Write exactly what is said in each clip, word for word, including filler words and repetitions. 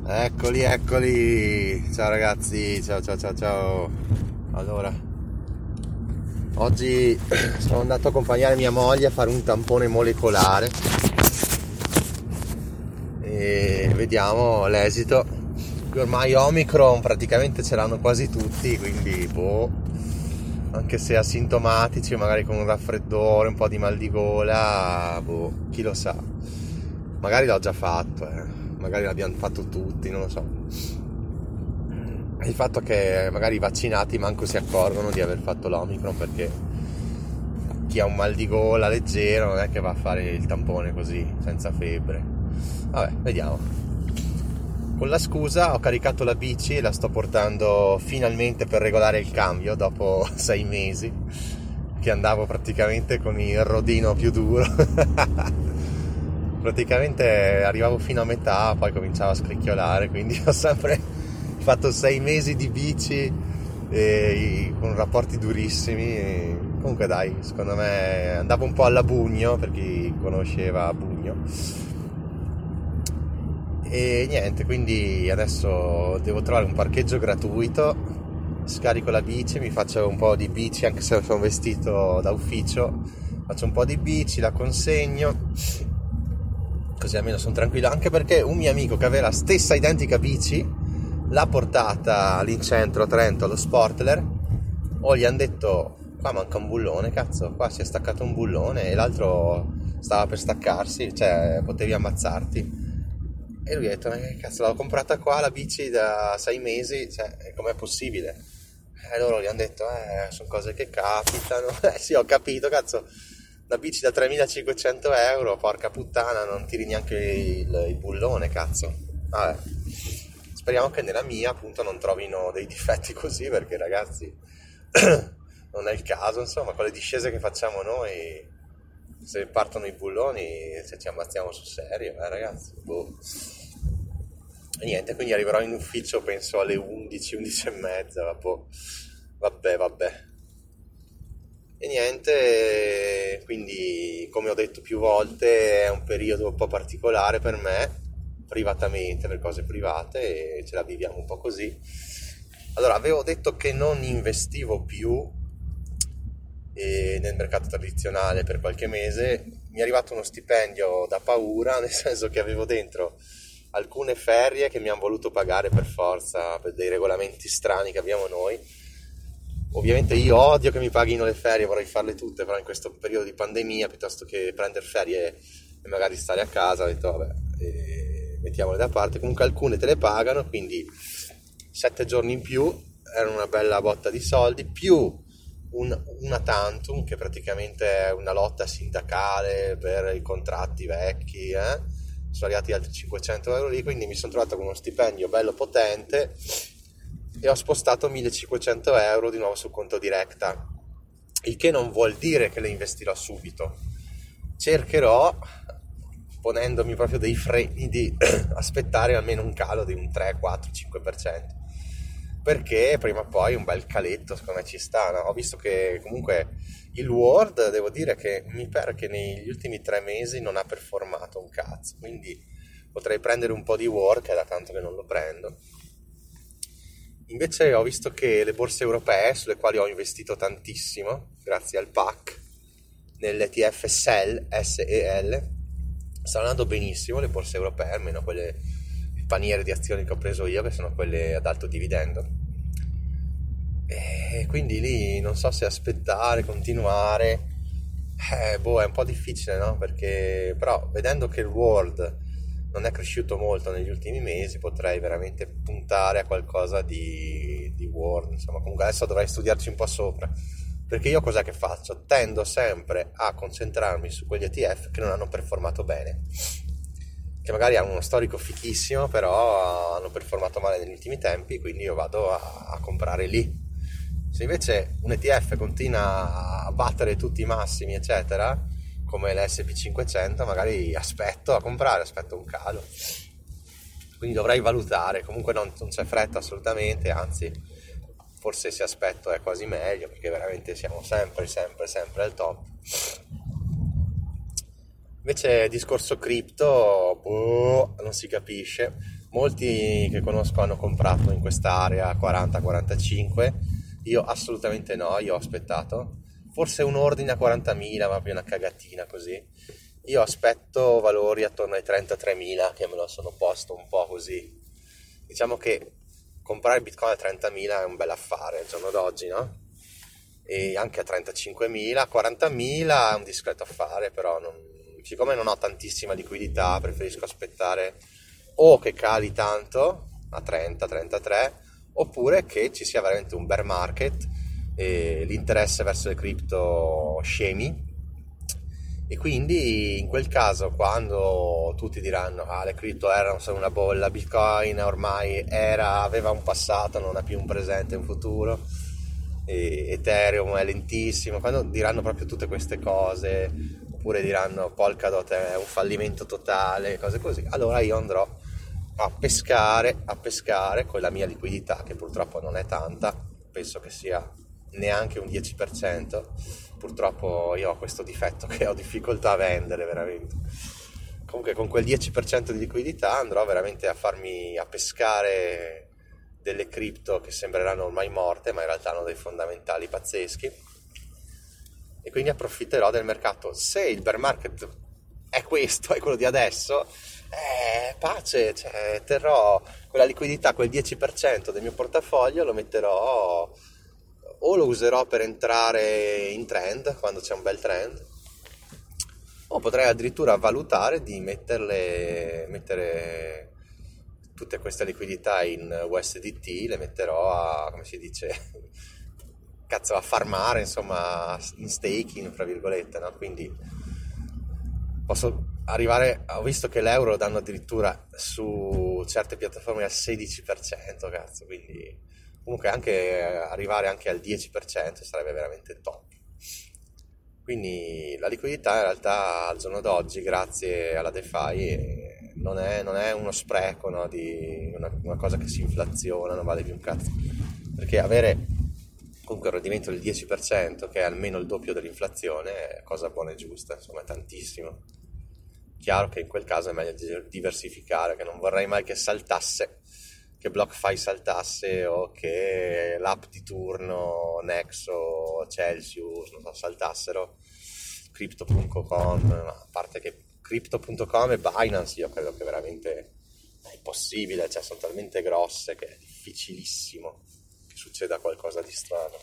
Eccoli, eccoli. Ciao ragazzi, ciao ciao ciao ciao. Allora, oggi sono andato a accompagnare mia moglie a fare un tampone molecolare e vediamo l'esito. Ormai Omicron praticamente ce l'hanno quasi tutti, quindi boh, anche se asintomatici, magari con un raffreddore, un po' di mal di gola, boh, chi lo sa. Magari l'ho già fatto, eh. Magari l'abbiamo fatto tutti, non lo so. Il fatto che magari i vaccinati manco si accorgono di aver fatto l'Omicron, perché chi ha un mal di gola leggero non è che va a fare il tampone così, senza febbre. Vabbè, vediamo. Con la scusa ho caricato la bici e la sto portando finalmente per regolare il cambio dopo sei mesi che andavo praticamente con il rodino più duro. Praticamente arrivavo fino a metà, poi cominciavo a scricchiolare, quindi ho sempre fatto sei mesi di bici e, con rapporti durissimi. E comunque dai, secondo me andavo un po' alla Bugno, per chi conosceva Bugno. E niente, quindi adesso devo trovare un parcheggio gratuito, scarico la bici, mi faccio un po' di bici, anche se sono vestito da ufficio, faccio un po' di bici, la consegno, così almeno sono tranquillo, anche perché un mio amico che aveva la stessa identica bici l'ha portata lì in centro a Trento allo Sportler, o gli hanno detto qua manca un bullone, cazzo, qua si è staccato un bullone e l'altro stava per staccarsi, cioè potevi ammazzarti. E lui ha detto, ma che cazzo, l'ho comprata qua la bici da sei mesi, cioè com'è possibile? E loro gli hanno detto, eh, sono cose che capitano. Eh sì, ho capito, cazzo, la bici da tremilacinquecento euro, porca puttana, non tiri neanche il, il bullone, cazzo. Vabbè, speriamo che nella mia appunto non trovino dei difetti così, perché ragazzi, non è il caso, insomma, con le discese che facciamo noi, se partono i bulloni, se ci ammazziamo sul serio, eh ragazzi, boh. E niente, quindi arriverò in ufficio penso alle undici, undici e mezza, vabbè, vabbè, vabbè. E niente, quindi come ho detto più volte è un periodo un po' particolare per me, privatamente, per cose private, e ce la viviamo un po' così. Allora, avevo detto che non investivo più eh, nel mercato tradizionale per qualche mese. Mi è arrivato uno stipendio da paura, nel senso che avevo dentro alcune ferie che mi hanno voluto pagare per forza, per dei regolamenti strani che abbiamo noi. Ovviamente io odio che mi paghino le ferie, vorrei farle tutte, però in questo periodo di pandemia, piuttosto che prendere ferie e magari stare a casa, ho detto vabbè, eh, mettiamole da parte. Comunque alcune te le pagano, quindi sette giorni in più, era una bella botta di soldi, più un, una tantum, che praticamente è una lotta sindacale per i contratti vecchi, eh? Sono arrivati altri cinquecento euro lì, quindi mi sono trovato con uno stipendio bello potente e ho spostato millecinquecento euro di nuovo sul conto Directa, il che non vuol dire che le investirò subito. Cercherò, ponendomi proprio dei freni, di aspettare almeno un calo di un tre, quattro, cinque per cento, perché prima o poi un bel caletto secondo me ci sta, no? Ho visto che comunque il Word, devo dire che mi pare che negli ultimi tre mesi non ha performato un cazzo, quindi potrei prendere un po' di Word, che è da tanto che non lo prendo. Invece ho visto che le borse europee, sulle quali ho investito tantissimo, grazie al P A C, nell'E T F S E L, S E L, stanno andando benissimo le borse europee, almeno quelle, il paniere di azioni che ho preso io, che sono quelle ad alto dividendo. E quindi lì non so se aspettare, continuare, eh, boh, è un po' difficile, no? Perché però vedendo che il World non è cresciuto molto negli ultimi mesi, potrei veramente puntare a qualcosa di, di World, insomma. Comunque adesso dovrei studiarci un po' sopra, perché io cos'è che faccio? Tendo sempre a concentrarmi su quegli E T F che non hanno performato bene, che magari hanno uno storico fichissimo, però hanno performato male negli ultimi tempi, quindi io vado a, a comprare lì. Se invece un E T F continua a battere tutti i massimi, eccetera, come l'S and P cinquecento, magari aspetto a comprare, aspetto un calo. Quindi dovrei valutare, comunque non, non c'è fretta assolutamente, anzi, forse se aspetto è quasi meglio, perché veramente siamo sempre, sempre, sempre al top. Invece discorso cripto, boh, non si capisce. molti che conosco hanno comprato in quest'area quaranta quarantacinque, io assolutamente no, io ho aspettato, forse un ordine a quarantamila, ma più una cagatina così. Io aspetto valori attorno ai trentatremila, che me lo sono posto un po' così. Diciamo che comprare Bitcoin a trentamila è un bel affare al giorno d'oggi, no? E anche a trentacinquemila, a quarantamila è un discreto affare, però non, siccome non ho tantissima liquidità, preferisco aspettare o che cali tanto a trenta trentatré, oppure che ci sia veramente un bear market e l'interesse verso le cripto scemi, e quindi in quel caso, quando tutti diranno ah, le cripto erano solo una bolla, Bitcoin ormai era, aveva un passato, non ha più un presente e un futuro, e Ethereum è lentissimo, quando diranno proprio tutte queste cose, oppure diranno Polkadot è un fallimento totale, cose così, allora io andrò a pescare, a pescare con la mia liquidità, che purtroppo non è tanta, penso che sia neanche un dieci per cento. Purtroppo io ho questo difetto che ho difficoltà a vendere veramente. Comunque con quel dieci per cento di liquidità andrò veramente a farmi a pescare delle cripto che sembreranno ormai morte, ma in realtà hanno dei fondamentali pazzeschi, e quindi approfitterò del mercato. Se il bear market è questo, è quello di adesso, eh, pace, cioè, terrò quella liquidità, quel dieci per cento del mio portafoglio, lo metterò, o lo userò per entrare in trend quando c'è un bel trend, o potrei addirittura valutare di metterle mettere tutte queste liquidità in U S D T, le metterò a, come si dice, cazzo, a farmare, insomma, in staking, fra virgolette, no? Quindi posso arrivare, ho visto che l'euro lo danno addirittura su certe piattaforme al sedici per cento, cazzo, quindi comunque anche arrivare anche al dieci per cento sarebbe veramente top. Quindi la liquidità in realtà al giorno d'oggi, grazie alla DeFi, non è, non è uno spreco, no? Di una, una cosa che si inflaziona, non vale più un cazzo, perché avere comunque un rendimento del dieci per cento, che è almeno il doppio dell'inflazione, è cosa buona e giusta, insomma è tantissimo. Chiaro che in quel caso è meglio diversificare, che non vorrei mai che saltasse, che BlockFi saltasse, o che l'app di turno Nexo, Celsius, non so, saltassero, Crypto punto com, ma a parte che Crypto punto com e Binance io credo che veramente è impossibile, cioè sono talmente grosse che è difficilissimo che succeda qualcosa di strano.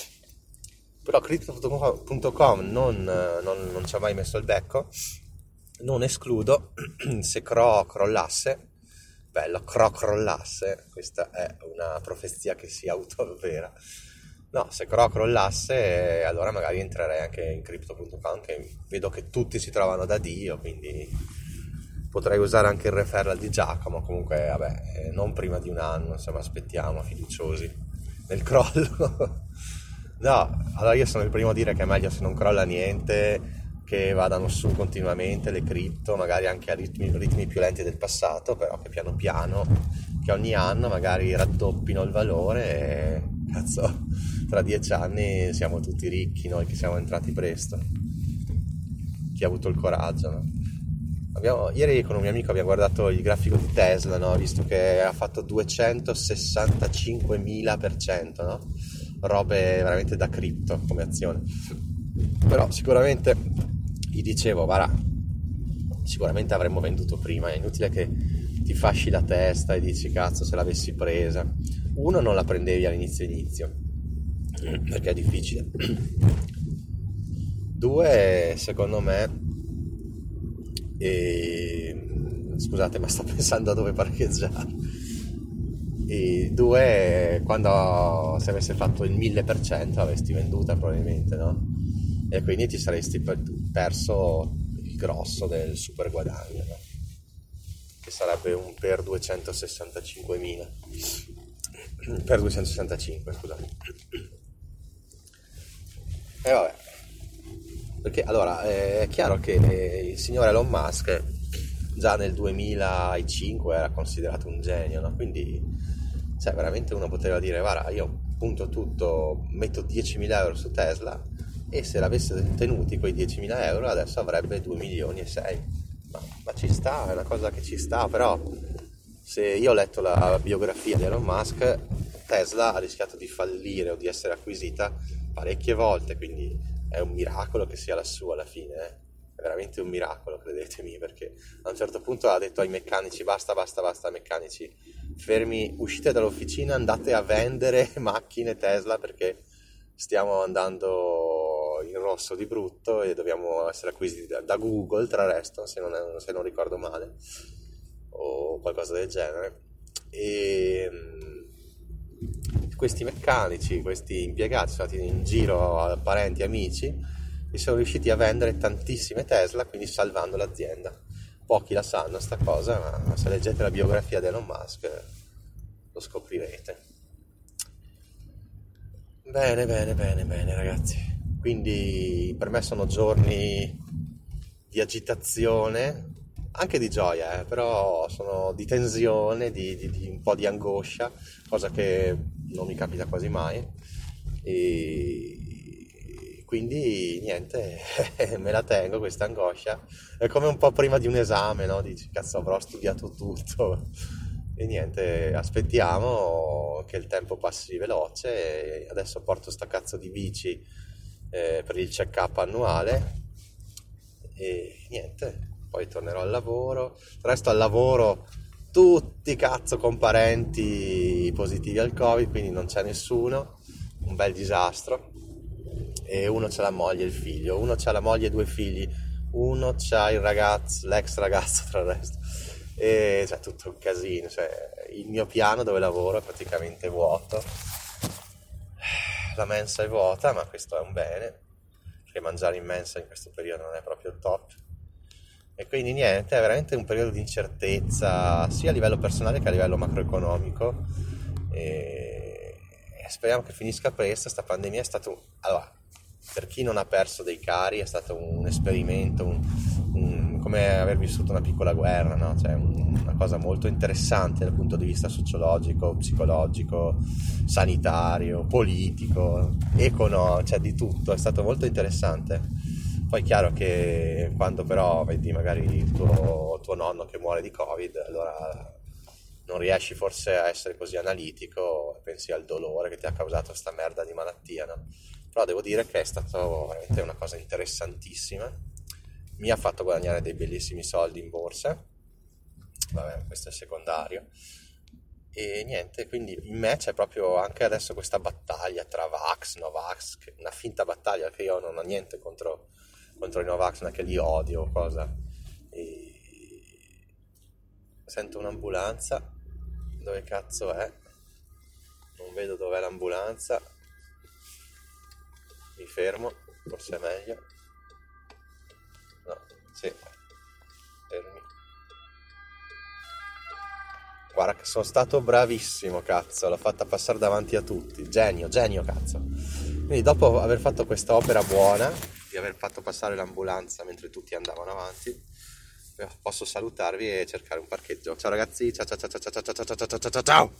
Però Crypto punto com non, non, non ci ha mai messo il becco, non escludo se Cro crollasse, bello, Cro crollasse, questa è una profezia che si autoavvera, no, se Cro crollasse allora magari entrerei anche in Crypto punto com, che vedo che tutti si trovano da Dio, quindi potrei usare anche il referral di Giacomo, comunque vabbè, non prima di un anno, insomma aspettiamo fiduciosi nel crollo. No, allora io sono il primo a dire che è meglio se non crolla niente, che vadano su continuamente le cripto, magari anche a ritmi, ritmi più lenti del passato, però che piano piano, che ogni anno magari raddoppino il valore e cazzo, tra dieci anni siamo tutti ricchi noi che siamo entrati presto. Chi ha avuto il coraggio, no? Abbiamo, ieri con un mio amico abbiamo guardato il grafico di Tesla, no? Visto che ha fatto duecentosessantacinquemila per cento, no? Robe veramente da cripto come azione. Però sicuramente gli dicevo, guarda, sicuramente avremmo venduto prima, è inutile che ti fasci la testa e dici cazzo se l'avessi presa. Uno, non la prendevi all'inizio inizio perché è difficile. Due, secondo me, e... scusate ma sto pensando a dove parcheggiare. E due, quando se avesse fatto il mille per cento l'avresti venduta probabilmente, no? E quindi ti saresti perso il grosso del super guadagno, no? Che sarebbe un per duecentosessantacinquemila, per duecentosessantacinque, scusate. E vabbè, perché allora è chiaro che il signor Elon Musk già nel duemilacinque era considerato un genio, no? Quindi cioè veramente uno poteva dire guarda, io punto tutto, metto diecimila euro su Tesla, e se l'avesse tenuti quei diecimila euro adesso avrebbe due milioni e sei. Ma, ma ci sta, è una cosa che ci sta, però se io ho letto la biografia di Elon Musk, Tesla ha rischiato di fallire o di essere acquisita parecchie volte, quindi è un miracolo che sia la sua alla fine, eh? È veramente un miracolo, credetemi, perché a un certo punto ha detto ai meccanici basta, basta, basta meccanici, fermi, uscite dall'officina, andate a vendere macchine Tesla perché stiamo andando in rosso di brutto e dobbiamo essere acquisiti da, da Google, tra l'altro, se non, è, se non ricordo male, o qualcosa del genere. E questi meccanici, questi impiegati sono andati in giro a parenti e amici e sono riusciti a vendere tantissime Tesla, quindi salvando l'azienda. Pochi la sanno sta cosa, ma se leggete la biografia di Elon Musk lo scoprirete. Bene, bene, bene, bene ragazzi. Quindi per me sono giorni di agitazione, anche di gioia, eh, però sono di tensione, di, di, di un po' di angoscia, cosa che non mi capita quasi mai. E quindi niente, me la tengo questa angoscia. È come un po' prima di un esame, no? Dici, cazzo, avrò studiato tutto. E niente, aspettiamo che il tempo passi veloce. E adesso porto sta cazzo di bici eh, per il check-up annuale e niente, poi tornerò al lavoro. Resto al lavoro tutti cazzo con parenti positivi al Covid, quindi non c'è nessuno, un bel disastro. E uno c'ha la moglie e il figlio, uno c'ha la moglie e due figli, uno c'ha il ragazzo, l'ex ragazzo tra il resto. E cioè tutto un casino, cioè, il mio piano dove lavoro è praticamente vuoto, la mensa è vuota, ma questo è un bene, perché mangiare in mensa in questo periodo non è proprio il top. E quindi niente, è veramente un periodo di incertezza sia a livello personale che a livello macroeconomico, e speriamo che finisca presto. Sta pandemia è stato un... allora, per chi non ha perso dei cari è stato un esperimento, un, un, come aver vissuto una piccola guerra, no? Cioè un, una cosa molto interessante dal punto di vista sociologico, psicologico, sanitario, politico, economico, cioè di tutto, è stato molto interessante. Poi è chiaro che quando però vedi magari il tuo, tuo nonno che muore di Covid, allora non riesci forse a essere così analitico, pensi al dolore che ti ha causato sta merda di malattia, no? Però devo dire che è stato veramente una cosa interessantissima, mi ha fatto guadagnare dei bellissimi soldi in borsa, vabbè, questo è secondario, e niente, quindi in me c'è proprio anche adesso questa battaglia tra Vax, Novax, una finta battaglia, che io non ho niente contro, contro i Novax, non è che li odio o cosa. E sento un'ambulanza, dove cazzo è? Non vedo dov'è l'ambulanza. Mi fermo, forse è meglio. No, sì, fermi. Guarda che sono stato bravissimo, cazzo, l'ho fatta passare davanti a tutti. Genio, genio, cazzo. Quindi dopo aver fatto questa opera buona, di aver fatto passare l'ambulanza mentre tutti andavano avanti, posso salutarvi e cercare un parcheggio. Ciao ragazzi, ciao ciao ciao ciao ciao ciao ciao ciao ciao ciao ciao.